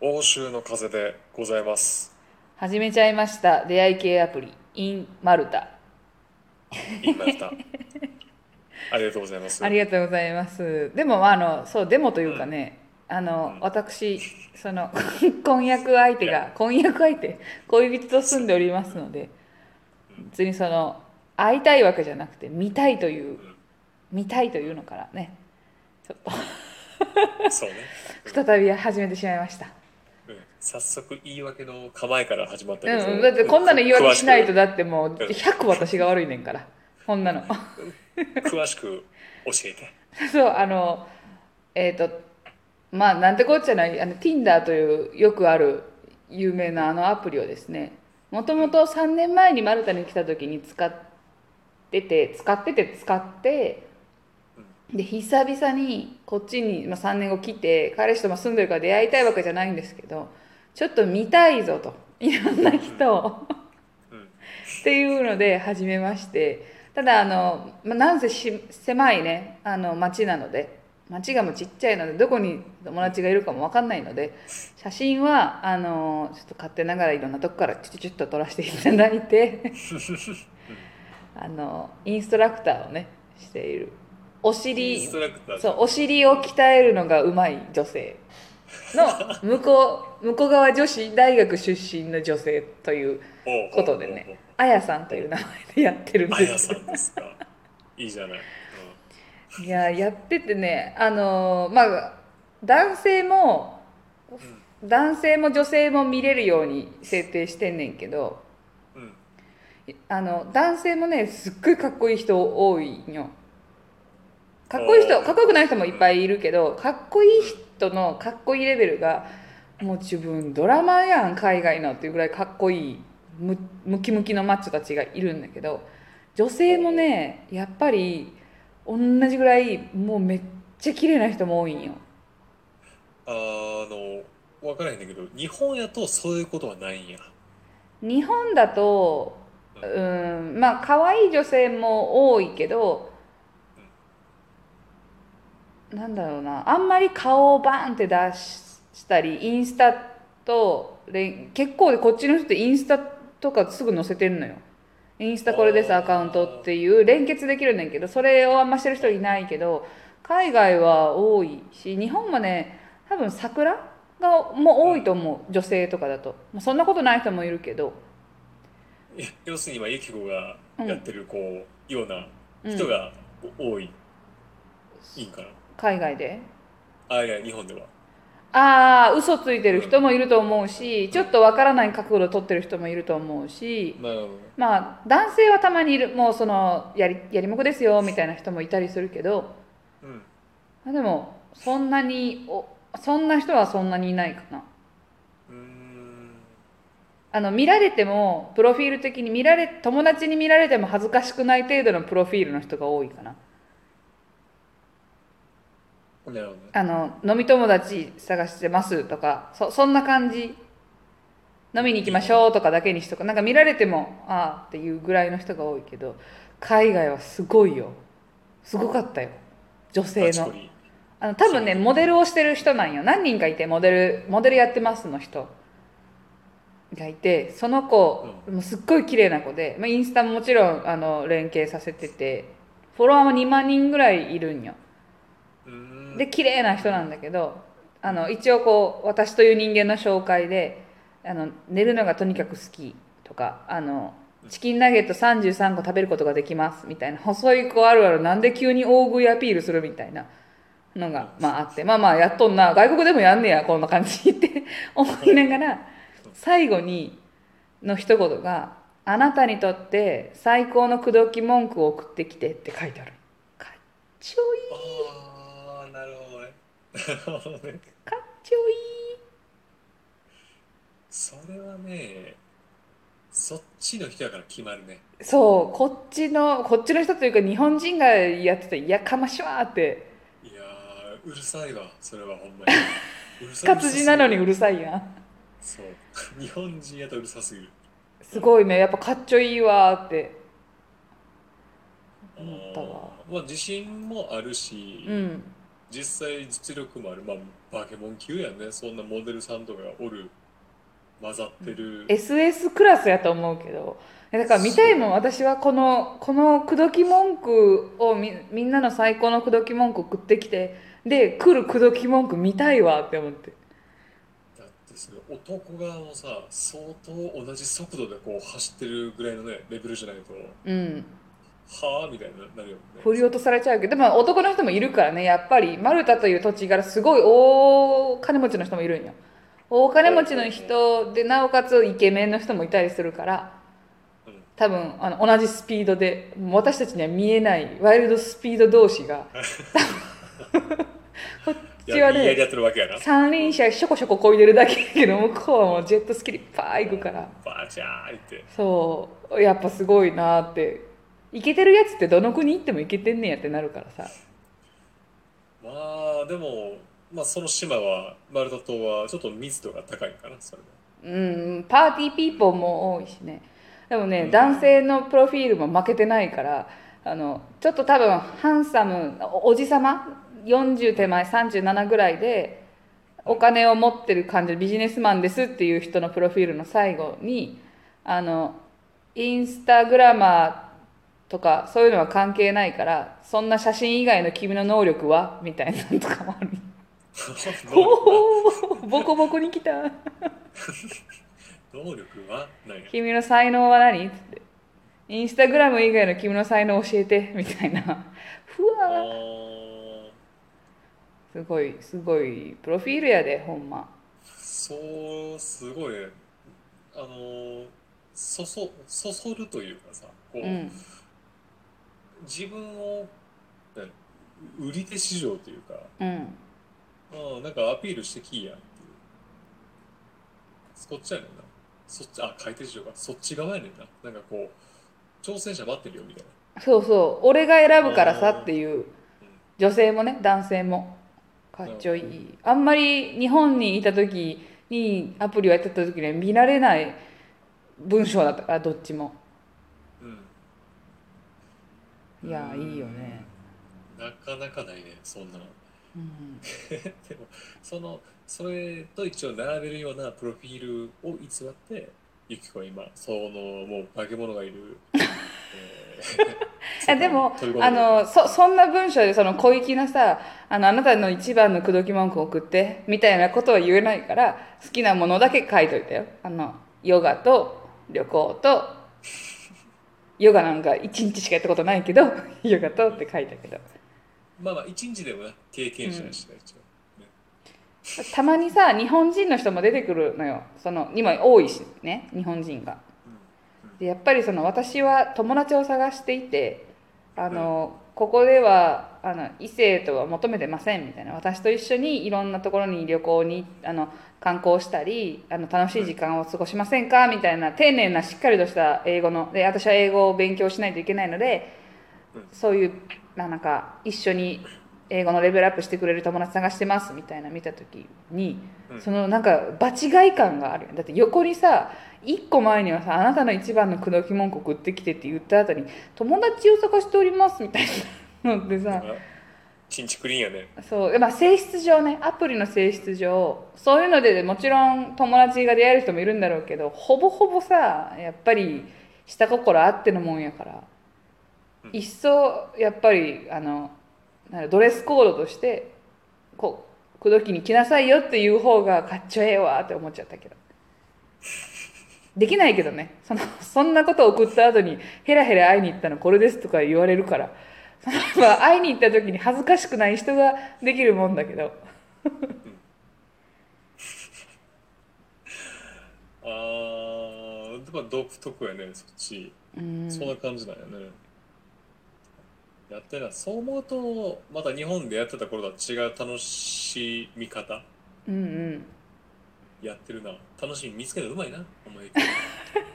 欧州の風でございます。 始めちゃいました。出会い系アプリ、インマルタ。 インマルタ。ありがとうございます。 ありがとうございます。でも、そう、デモというかうん、 ね、 うん。 私、婚約相いや、 手が、婚約相手、恋人と住そう。 んでおりまうん、 すので、 うん、 別に会いたいわけじゃなくて、 うん、 見たいとうん。 いうのからね、ちょっと、 そうね。うん、 再び始めてしまいました。 うん。早速言い訳の構えから始まったけうん、 ど、 だってこんなの言い訳詳しく、 しないと、だってもう、 うん、 100私が悪いねんから。こんなの。 うん、詳しく教えて。 そう、えっと、なんてこっちゃない、Tinder というよくある有名なあのアプリをですね、もとうん、 もと3年前にマルタに来た時に使って、 うん、 で、久々にこっちに、3年後来て、彼氏と住んでるから出会いたいわけじゃないんですけど、ちょっと見たいぞと、いろんなうん、 人をうん。 っていうので始めまして、ただなんせ狭いね、街なので、街がもうちっちゃいので、どこに友うん。 達がいるかもわかんないので、写真は、ちょっと勝手ながらいろんなとこからチュッと撮らせていただいて、 うん。 インストラクターをね、している。お尻、 インストラクターじそう、 ゃん。 お尻を鍛えるのがうまい女性の向こう側女子大学出身の女性というほうほうことでね、 ほうほうあやさんとほう。ほう。 いう名前でやってるんです。 あやさんですか。いいじゃない。 いや、やっててね、男性も、 うん。 男性も女性も見れるように設定してんねんけど、 うん。 男性もね、すっごいかっこいい人多いんよ。かっこいい人、かっこよくおー、 ない人もいっぱいいるけど、かっこいいうん。 人のかっこいいレベルが、もう自分ドラマやん、海外のっていうぐらいかっこいい、ムキムキのマッチョたちがいるんだけど、女性もほうほう。 ね、やっぱり同じぐらい、もうめっちゃ綺麗な人も多いんよ。 わからへんねんけど、日本やとそういうことはないんや。 日本だと、 うん。 可愛い女性も多いけど、 うん。 なんだろうな、あんまり顔をバーンって出したり、インスタと結構こっちの人ってインスタとかすぐ載せてんのよ。インスタこれですアカウントっあていう連結できるんだけど、それをあんましてるあ、あ、 人いないけど、海外は多いし、日本もね、多分桜がもう多いとうん。 思う、女性とかだと。そんなことない人もいるけど、 要するに今、ゆきこがうん、 やってる、ようなうん、 人が多い、いいんかな。 海外で。 あ、いや、日本では。 ああ、嘘ついてるうん。 人もいると思うし、ちょっうん。 とわからない角度を取ってる人もいると思うし、 なるほどね。 男性はたまにいる、もうやりもこですよ、みたいな人もいたりするけど、 うん。 でも、そんな人はそんなにいないかな。 うーん。 見られても、プロフィール的に友達に見られても恥ずかしくない程度のプロフィールの人が多いかな。 なるほどね。 飲み友達探してますとか、そんな感じ。飲みに行きましょう日本は。 とかだけにしとか、なんか見られても、ああっていうぐらいの人が多いけど、海外はすごいよ。すごかったよ。女性の。 バチコリ多分ね、 決まってる。 モデルをしてる人なんよ。何人かいて、モデルやってますの人がいて、その子、 うん。 もうすっごい綺麗な子で、インスタももちろん、連携させてて、フォロワーも2万人ぐらいいるんよ。 うーで、 ん。 綺麗な人なんだけど、 うん。 一応私という人間の紹介で、寝るのがとにかく好きとか、 うん。 チキンナゲット33個食べることができますみたいな、細い子あるある、なんで急に大食いアピールするみたいなのうん。 が、あって、やっとんな、外国でもやんねや、こんな感じって思いながら、最後に、の一言が、あなたにとって最高の口説き文句を送ってきてって書いてある。かっちょいい。 ああ、なるほどね。なるほどね。 かっちょいい。 それはね、そっちの人やから決まるね。 そう、こっちの人というか日本人がやってて、やかましわーって、 いやー、うるさいわ、それはほんまに。うる活さ字なのにうるすぎる。 さいやん。 そう。日本人やとうるさすぎる。うん。 すごいね、やっぱかっちょいいわーってあ思ったわ。 まあ自信もあるし、 うん。 実際実力もある、まあバケモン級やね、そんなモデルさんとかがおる、混ざってる。 SS クラスやと思うけど、だから見たいもん。 そうや。 私はこの口説き文句をみんなの最高の口説き文句を送ってきて、で来る口説き文句見たいわって思って。 だってそれ男側もさ、相当同じ速度でこう走ってるぐらいのねレベルじゃないと、 うん。 はあみたいになるよね、それ。 振り落とされちゃうけど、でも男の人もいるからね、やっぱりマルタという土地柄すごい大金持ちの人もいるんよ。大金ほう持ちのほうほう。 人でなおかつイケメンの人もいたりするから、 うん。 多分同じスピードでもう私たちには見えないワイルドスピード同士が、こっちはねやり合ってるわけやな。 三輪車しょこしょこ漕いでるだけやけど、向こうはもうジェットスキーでパー行くから、 バーチャーって。 そうやっぱすごいなって。イケてるやつってどの国行ってもイケてんねやってなるからさ。 まあでも、まあその島はマルタ島はちょっと密度が高いんかな、それも。 うんパーティーピーポーも多いしね。でもうね男ん。 性のプロフィールも負けてないから、ちょっと多分ハンサムおじさま40手前37ぐらいでお金を持ってる感じでビジネスマンですっていう人のプロフィールの最後にあのインスタグラマーとかそういうのは関係ないから、そんな写真以外の君の能力はみたいなのとかもある。 能力は、 ほうボコボコに来た。 能力は何や。 君の才能は何つって、インスタグラム以外の君の才能教えてみたいな。ふあわー、 すごいすごいプロフィールやでほんま。 そう、すごいね。あのー、そそるというかさ、こう、 うん自分を、ね、売り手市場というか、 うんなんかアピールしてきいやっていう。そっちやねんな。そっち、あ、買い手市場か。そっち側やねんな。なんかこう、挑戦者待ってるよみたいそうそう俺が選な。 ぶからさっていう。 うん。 女性もね男性もかっちょいなるほどね。 い。あんまり日本にいた時にアプリをやってた時には見られない文章だったからどっちも。 うん。うーいやいいよね。 ん。なかなかないね、そんなの。 うんでも、それと一応並べるようなプロフィールを偽って、ユキコは今、もう化け物がいる、世界にでも飛び込んでるわけや。 そんな文章でその小粋なさあなたの一番の口説き文句を送ってみたいなことは言えないから、好きなものだけ書いといたよ。ヨガと旅行と、ヨガなんか一日しかやったことないけどヨガとって書いたけど。 まあまあ、一日でもな、経験者やしな、一応。ね。 たまにさ日本人の人も出てくるのよ、今多いしね日本人が。でやっぱり私は友達を探していて、 うん。うん。 ここでは異性とは求めてませんみたいな、私と一緒にいろんなところに旅行に観光したり楽しうん。 い時間を過ごしませんかみたいな丁寧なしっかりとした英語ので、私は英語を勉強しないといけないので、 うん。 そういうなんか一緒に英語のレベルアップしてくれる友達探してますみたいな見た時に、 うん。 そのなんか場違い感があるよ。だって横にさ一個前にはさ、あなたの一番の口説き文句送ってきてって言った後に友達を探しておりますみたいなのってさ、 なんか、チンチクリーンやね。 そうまあ性質上ね、アプリの性質上そういうのでもちろん友達が出会える人もいるんだろうけど、ほぼほぼさやっぱり下心あってのもんやから、 うん。 一層やっぱりなんかドレスコードとして口説きに来なさいよっていう方がかっちょええわって思っちゃったけど、できないけどね、そんなことを送った後にヘラヘラ会いに行ったのこれですとか言われるから、まあ会いに行った時に恥ずかしくない人ができるもんだけど。 うん。あー、でも独特やね、そっち。 うん。 そんな感じなんやね。やってな、そう思うと、また日本でやってた頃とは違う楽しみ方うんうん。 やってるな。楽しみ見つけるのうまいな、お前ユキコ。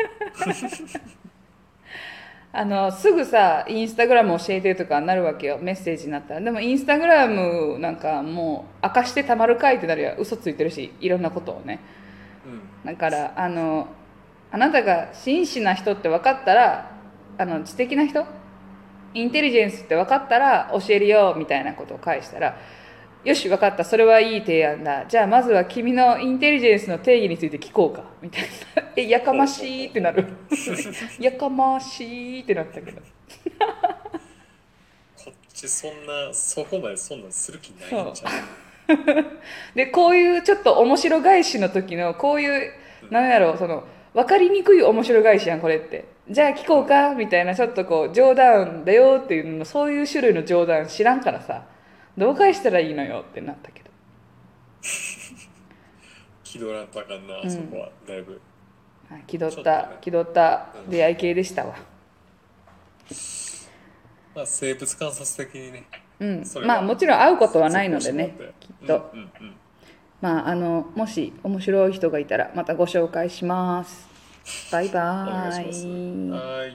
すぐさインスタグラム教えてとかなるわけよ、メッセージになったら。でもインスタグラムなんかもう明かしてたまるかいってなるや、嘘ついてるしいろんなことをね。 うん。 だからあなたが真摯な人って分かったら、知的な人インテリジェンスって分かったら教えるよみたいなことを返したら、 よし分かった、それはいい提案だ、じゃあまずは君のインテリジェンスの定義について聞こうかみたいなやかましいってなるやかましいってなったけど、 こっちそんなそこまでそんなんする気ないんじゃん。 でこういうちょっと面白返しの時のこういうなんやろう、その分かりにくい面白返しやんこれって、じゃあ聞こうかみたいな、ちょっとこう冗談だよっていうの、そういう種類の冗談知らんからさ、どう返したらいいのよってなったけど、 気取らんとあかんな、 うんそこはだいぶ。 はい、気取っちょっとね、 た気取った出会い系でしたわ。 まあ生物観察的にね、 うん、 それはまあもちろん会うことはないので続行ね、 してもらってきっと、まあもし面白い人がいたらまたご紹介します。バイお願いバします。 ーイ。 はーい。